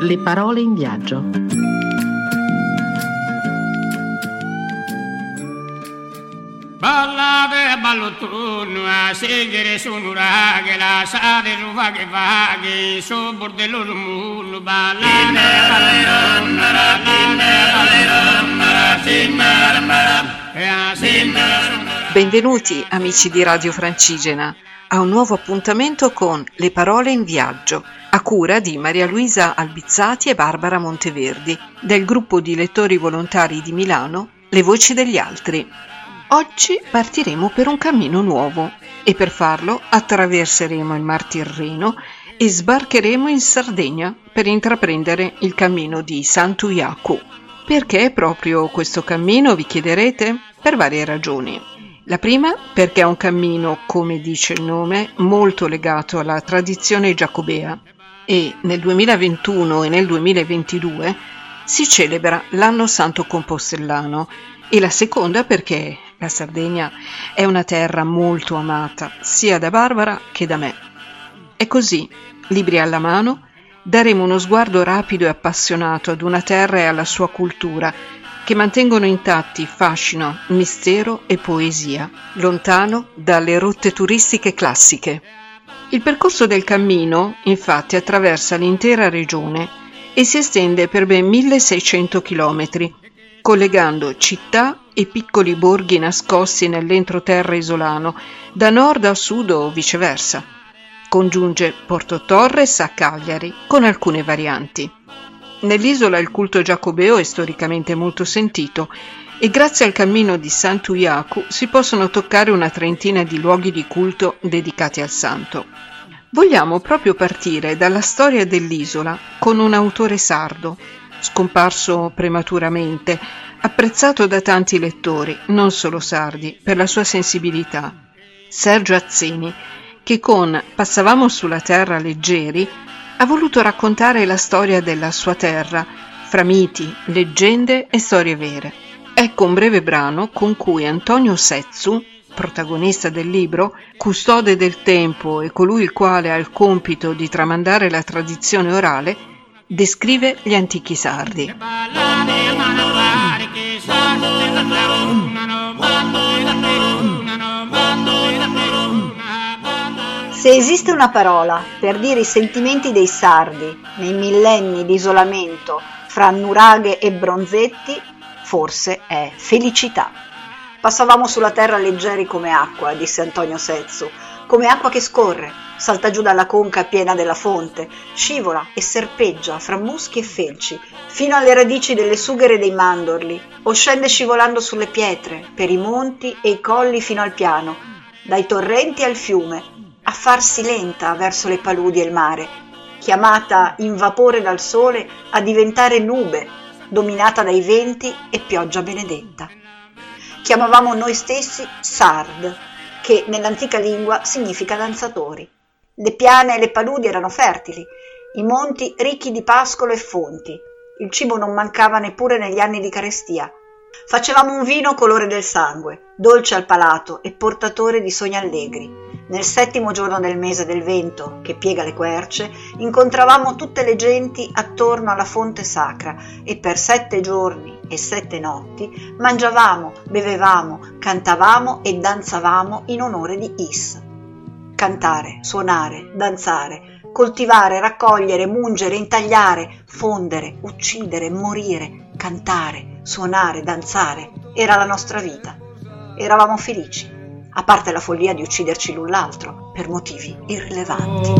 Le parole in viaggio. Ballate ballottono a seguire su nuraghe, lasciate su vaghe vaghe, su bordello sul mondo, ballate Benvenuti amici di Radio Francigena a un nuovo appuntamento con Le parole in viaggio, a cura di Maria Luisa Albizzati e Barbara Monteverdi, del gruppo di lettori volontari di Milano Le Voci degli Altri. Oggi partiremo per un cammino nuovo e per farlo attraverseremo il Mar Tirreno e sbarcheremo in Sardegna per intraprendere il cammino di Sant'Ujaku. Perché proprio questo cammino, vi chiederete? Per varie ragioni. La prima perché è un cammino, come dice il nome, molto legato alla tradizione giacobea e nel 2021 e nel 2022 si celebra l'Anno Santo Compostellano, e la seconda perché la Sardegna è una terra molto amata sia da Barbara che da me. E così, libri alla mano, daremo uno sguardo rapido e appassionato ad una terra e alla sua cultura che mantengono intatti fascino, mistero e poesia, lontano dalle rotte turistiche classiche. Il percorso del cammino, infatti, attraversa l'intera regione e si estende per ben 1600 chilometri, collegando città e piccoli borghi nascosti nell'entroterra isolano, da nord a sud o viceversa. Congiunge Porto Torres a Cagliari, con alcune varianti. Nell'isola il culto giacobeo è storicamente molto sentito e grazie al cammino di Sant'Ujaku si possono toccare una trentina di luoghi di culto dedicati al santo. Vogliamo proprio partire dalla storia dell'isola con un autore sardo, scomparso prematuramente, apprezzato da tanti lettori, non solo sardi, per la sua sensibilità. Sergio Azzeni, che con Passavamo sulla terra leggeri ha voluto raccontare la storia della sua terra, fra miti, leggende e storie vere. Ecco un breve brano con cui Antonio Setsu, protagonista del libro, custode del tempo e colui il quale ha il compito di tramandare la tradizione orale, descrive gli antichi sardi. Se esiste una parola per dire i sentimenti dei sardi nei millenni di isolamento fra nuraghe e bronzetti, forse è felicità. Passavamo sulla terra leggeri come acqua, disse Antonio Setsu, come acqua che scorre, salta giù dalla conca piena della fonte, scivola e serpeggia fra muschi e felci, fino alle radici delle sughere dei mandorli, o scende scivolando sulle pietre, per i monti e i colli fino al piano, dai torrenti al fiume, a farsi lenta verso le paludi e il mare, chiamata in vapore dal sole a diventare nube, dominata dai venti e pioggia benedetta. Chiamavamo noi stessi Sard, che nell'antica lingua significa danzatori. Le piane e le paludi erano fertili, i monti ricchi di pascolo e fonti, il cibo non mancava neppure negli anni di carestia. Facevamo un vino colore del sangue, dolce al palato e portatore di sogni allegri. Nel 7° giorno del mese del vento, che piega le querce, incontravamo tutte le genti attorno alla fonte sacra e per 7 giorni e 7 notti mangiavamo, bevevamo, cantavamo e danzavamo in onore di Is. Cantare, suonare, danzare, coltivare, raccogliere, mungere, intagliare, fondere, uccidere, morire, cantare, suonare, danzare, era la nostra vita. Eravamo felici, a parte la follia di ucciderci l'un l'altro per motivi irrilevanti.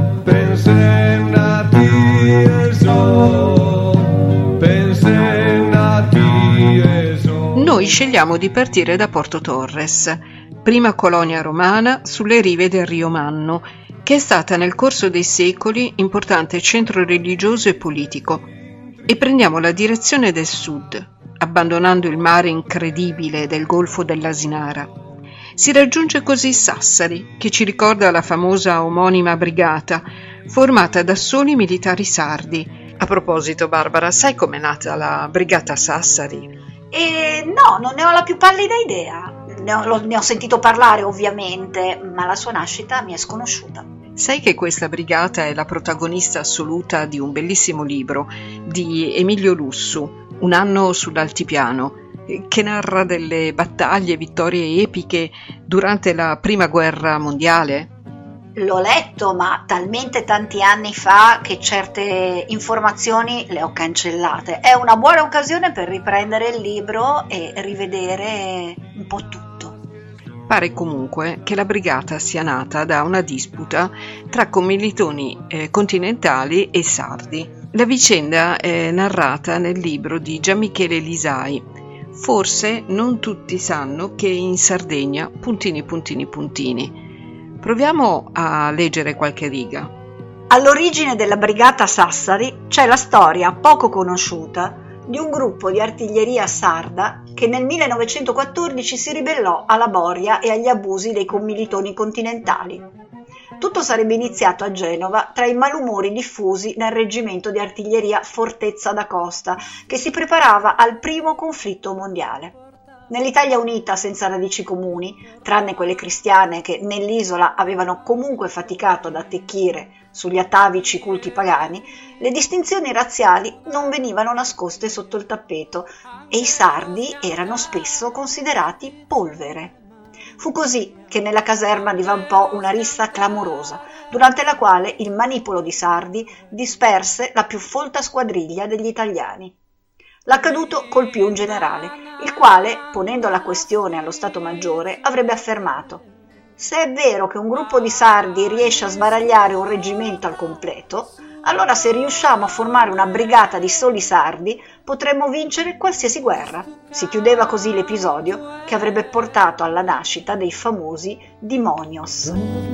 Noi scegliamo di partire da Porto Torres, prima colonia romana sulle rive del Rio Manno, che è stata nel corso dei secoli importante centro religioso e politico, e prendiamo la direzione del sud, abbandonando il mare incredibile del Golfo dell'Asinara. Si raggiunge così Sassari, che ci ricorda la famosa omonima brigata, formata da soli militari sardi. A proposito, Barbara, sai com'è nata la brigata Sassari? No, non ne ho la più pallida idea. Ne ho sentito parlare ovviamente, ma la sua nascita mi è sconosciuta. Sai che questa brigata è la protagonista assoluta di un bellissimo libro di Emilio Lussu, Un anno sull'altipiano, che narra delle battaglie e vittorie epiche durante la Prima Guerra Mondiale? L'ho letto, ma talmente tanti anni fa che certe informazioni le ho cancellate. È una buona occasione per riprendere il libro e rivedere un po' tutto. Pare comunque che la brigata sia nata da una disputa tra commilitoni continentali e sardi. La vicenda è narrata nel libro di Gianmichele Lisai. Forse non tutti sanno che in Sardegna ... Proviamo a leggere qualche riga. All'origine della brigata Sassari c'è la storia poco conosciuta di un gruppo di artiglieria sarda che nel 1914 si ribellò alla boria e agli abusi dei commilitoni continentali. Tutto sarebbe iniziato a Genova tra i malumori diffusi nel reggimento di artiglieria Fortezza da Costa, che si preparava al primo conflitto mondiale. Nell'Italia unita senza radici comuni, tranne quelle cristiane che nell'isola avevano comunque faticato ad attecchire sugli atavici culti pagani, le distinzioni razziali non venivano nascoste sotto il tappeto e i sardi erano spesso considerati polvere. Fu così che nella caserma divampò una rissa clamorosa, durante la quale il manipolo di sardi disperse la più folta squadriglia degli italiani. L'accaduto colpì un generale, il quale, ponendo la questione allo Stato Maggiore, avrebbe affermato: «Se è vero che un gruppo di sardi riesce a sbaragliare un reggimento al completo, allora se riusciamo a formare una brigata di soli sardi potremmo vincere qualsiasi guerra». Si chiudeva così l'episodio che avrebbe portato alla nascita dei famosi Dimonios.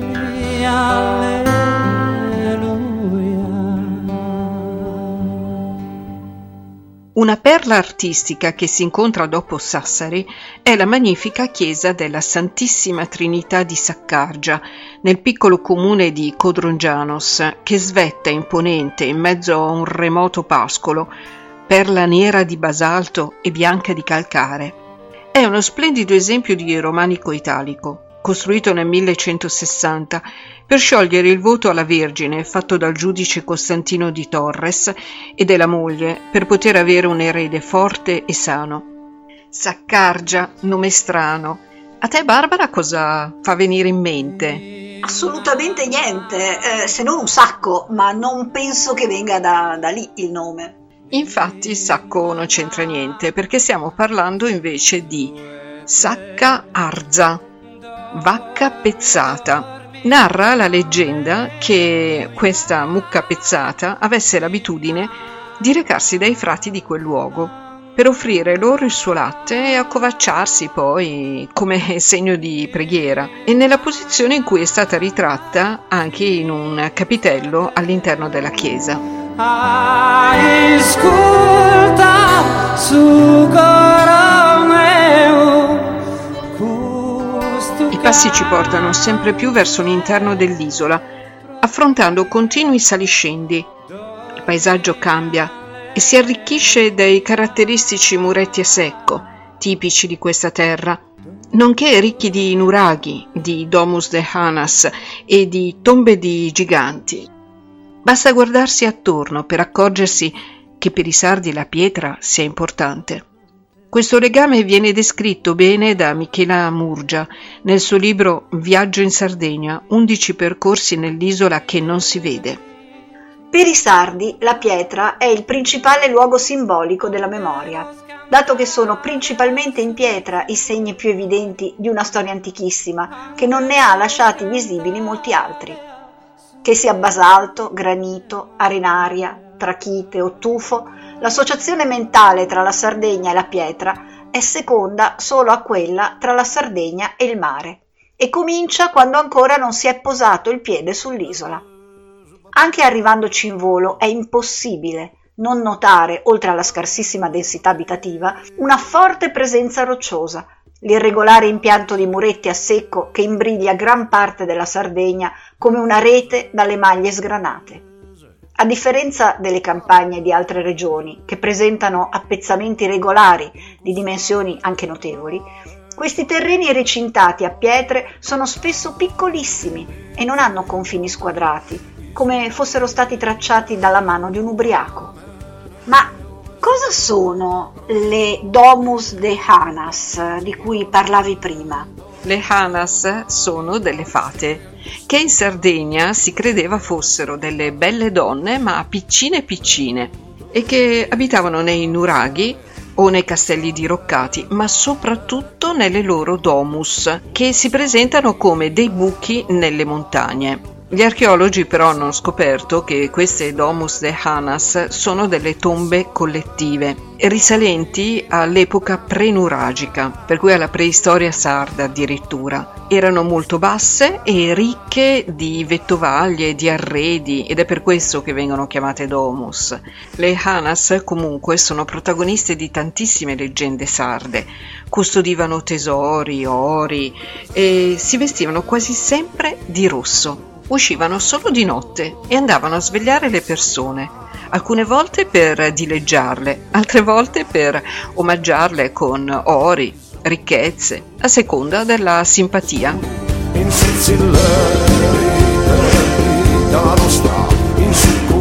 Una perla artistica che si incontra dopo Sassari è la magnifica chiesa della Santissima Trinità di Saccargia, nel piccolo comune di Codrongianos, che svetta imponente in mezzo a un remoto pascolo, perla nera di basalto e bianca di calcare. È uno splendido esempio di romanico italico, costruito nel 1160 per sciogliere il voto alla Vergine fatto dal giudice Costantino di Torres e della moglie per poter avere un erede forte e sano. Saccargia, nome strano. A te, Barbara, cosa fa venire in mente? Assolutamente niente, se non un sacco, ma non penso che venga da lì il nome. Infatti il sacco non c'entra niente, perché stiamo parlando invece di Sacca Arza, vacca pezzata. Narra la leggenda che questa mucca pezzata avesse l'abitudine di recarsi dai frati di quel luogo per offrire loro il suo latte e accovacciarsi poi come segno di preghiera, e nella posizione in cui è stata ritratta anche in un capitello all'interno della chiesa. Ascolta su I passi ci portano sempre più verso l'interno dell'isola, affrontando continui saliscendi. Il paesaggio cambia e si arricchisce dai caratteristici muretti a secco, tipici di questa terra, nonché ricchi di nuraghi, di domus de Hanas e di tombe di giganti. Basta guardarsi attorno per accorgersi che per i sardi la pietra sia importante. Questo legame viene descritto bene da Michela Murgia nel suo libro Viaggio in Sardegna, 11 percorsi nell'isola che non si vede. Per i sardi la pietra è il principale luogo simbolico della memoria, dato che sono principalmente in pietra i segni più evidenti di una storia antichissima che non ne ha lasciati visibili molti altri. Che sia basalto, granito, arenaria, trachite o tufo, l'associazione mentale tra la Sardegna e la pietra è seconda solo a quella tra la Sardegna e il mare e comincia quando ancora non si è posato il piede sull'isola. Anche arrivandoci in volo è impossibile non notare, oltre alla scarsissima densità abitativa, una forte presenza rocciosa, l'irregolare impianto di muretti a secco che imbriglia gran parte della Sardegna come una rete dalle maglie sgranate. A differenza delle campagne di altre regioni, che presentano appezzamenti regolari di dimensioni anche notevoli, Questi terreni recintati a pietre sono spesso piccolissimi e non hanno confini squadrati, come fossero stati tracciati dalla mano di un ubriaco. Ma cosa sono le Domus de Hanas di cui parlavi prima? Le Hanas sono delle fate, che in Sardegna si credeva fossero delle belle donne ma piccine piccine, e che abitavano nei nuraghi o nei castelli diroccati, ma soprattutto nelle loro domus, che si presentano come dei buchi nelle montagne. Gli archeologi però hanno scoperto che queste Domus de Hanas sono delle tombe collettive, risalenti all'epoca prenuragica, per cui alla preistoria sarda addirittura. Erano molto basse e ricche di vettovaglie, di arredi, ed è per questo che vengono chiamate domus. Le Hanas comunque sono protagoniste di tantissime leggende sarde. Custodivano tesori, ori e si vestivano quasi sempre di rosso. Uscivano solo di notte e andavano a svegliare le persone, alcune volte per dileggiarle, altre volte per omaggiarle con ori, ricchezze, a seconda della simpatia. In Sicilia, la nostra, in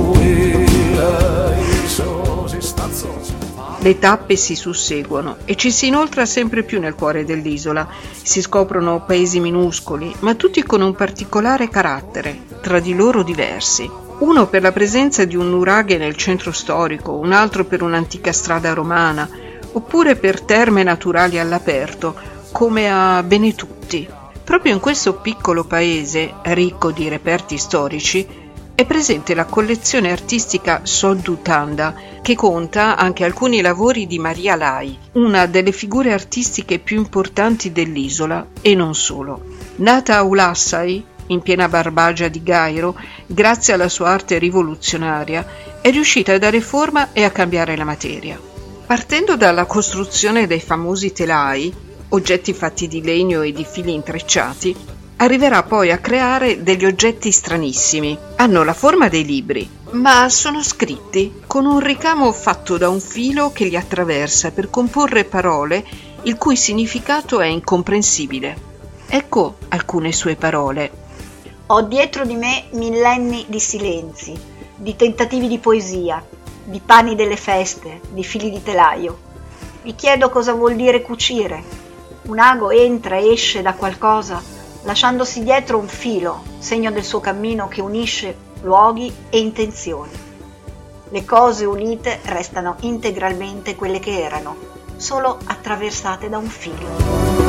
Le tappe si susseguono e ci si inoltra sempre più nel cuore dell'isola. Si scoprono paesi minuscoli, ma tutti con un particolare carattere, tra di loro diversi. Uno per la presenza di un nuraghe nel centro storico, un altro per un'antica strada romana, oppure per terme naturali all'aperto, come a Benetutti. Proprio in questo piccolo paese, ricco di reperti storici, è presente la collezione artistica Soddutanda, che conta anche alcuni lavori di Maria Lai, una delle figure artistiche più importanti dell'isola e non solo. Nata a Ulassai, in piena Barbagia di Gairo, grazie alla sua arte rivoluzionaria, è riuscita a dare forma e a cambiare la materia. Partendo dalla costruzione dei famosi telai, oggetti fatti di legno e di fili intrecciati, arriverà poi a creare degli oggetti stranissimi. Hanno la forma dei libri, ma sono scritti con un ricamo fatto da un filo che li attraversa per comporre parole il cui significato è incomprensibile. Ecco alcune sue parole. Ho dietro di me millenni di silenzi, di tentativi di poesia, di pani delle feste, di fili di telaio. Mi chiedo cosa vuol dire cucire. Un ago entra e esce da qualcosa, lasciandosi dietro un filo, segno del suo cammino che unisce luoghi e intenzioni. Le cose unite restano integralmente quelle che erano, solo attraversate da un filo.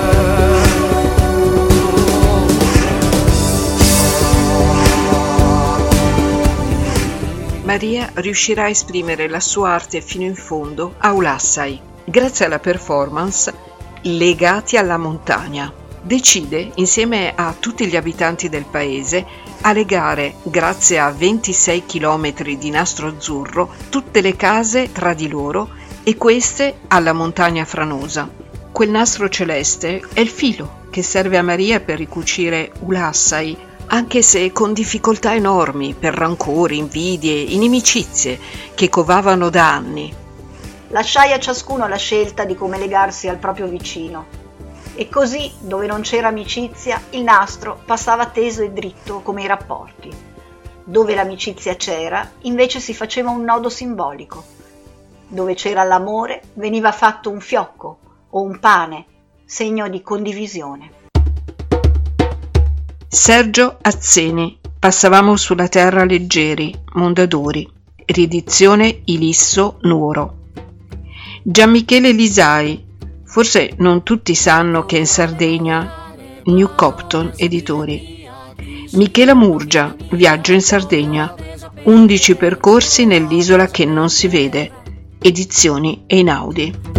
Maria riuscirà a esprimere la sua arte fino in fondo a Ulassai, grazie alla performance Legati alla montagna. Decide, insieme a tutti gli abitanti del paese, a legare, grazie a 26 chilometri di nastro azzurro, tutte le case tra di loro e queste alla montagna franosa. Quel nastro celeste è il filo che serve a Maria per ricucire Ulassai, anche se con difficoltà enormi per rancori, invidie, inimicizie che covavano da anni. Lasciai a ciascuno la scelta di come legarsi al proprio vicino. E così, dove non c'era amicizia, il nastro passava teso e dritto come i rapporti. Dove l'amicizia c'era, invece si faceva un nodo simbolico. Dove c'era l'amore, veniva fatto un fiocco o un pane, segno di condivisione. Sergio Azzeni, Passavamo sulla terra leggeri, Mondadori, riedizione Ilisso Nuoro. Gianmichele Lisai, forse non tutti sanno che in Sardegna, New Copton Editori. Michela Murgia, Viaggio in Sardegna, 11 percorsi nell'isola che non si vede, edizioni Einaudi.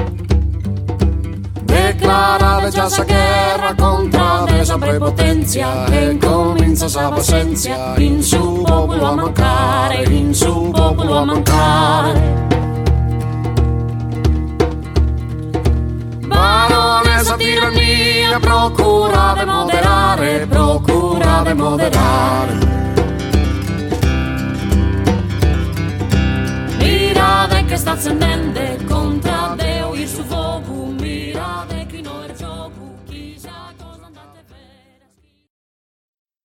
Declarava già sa guerra contra esa prepotenza e comincia sa pazienza in su popolo a mancare, in su popolo a mancare. Baronessa tirannia procurava moderare, procurava moderare. Mirate che sta accendendo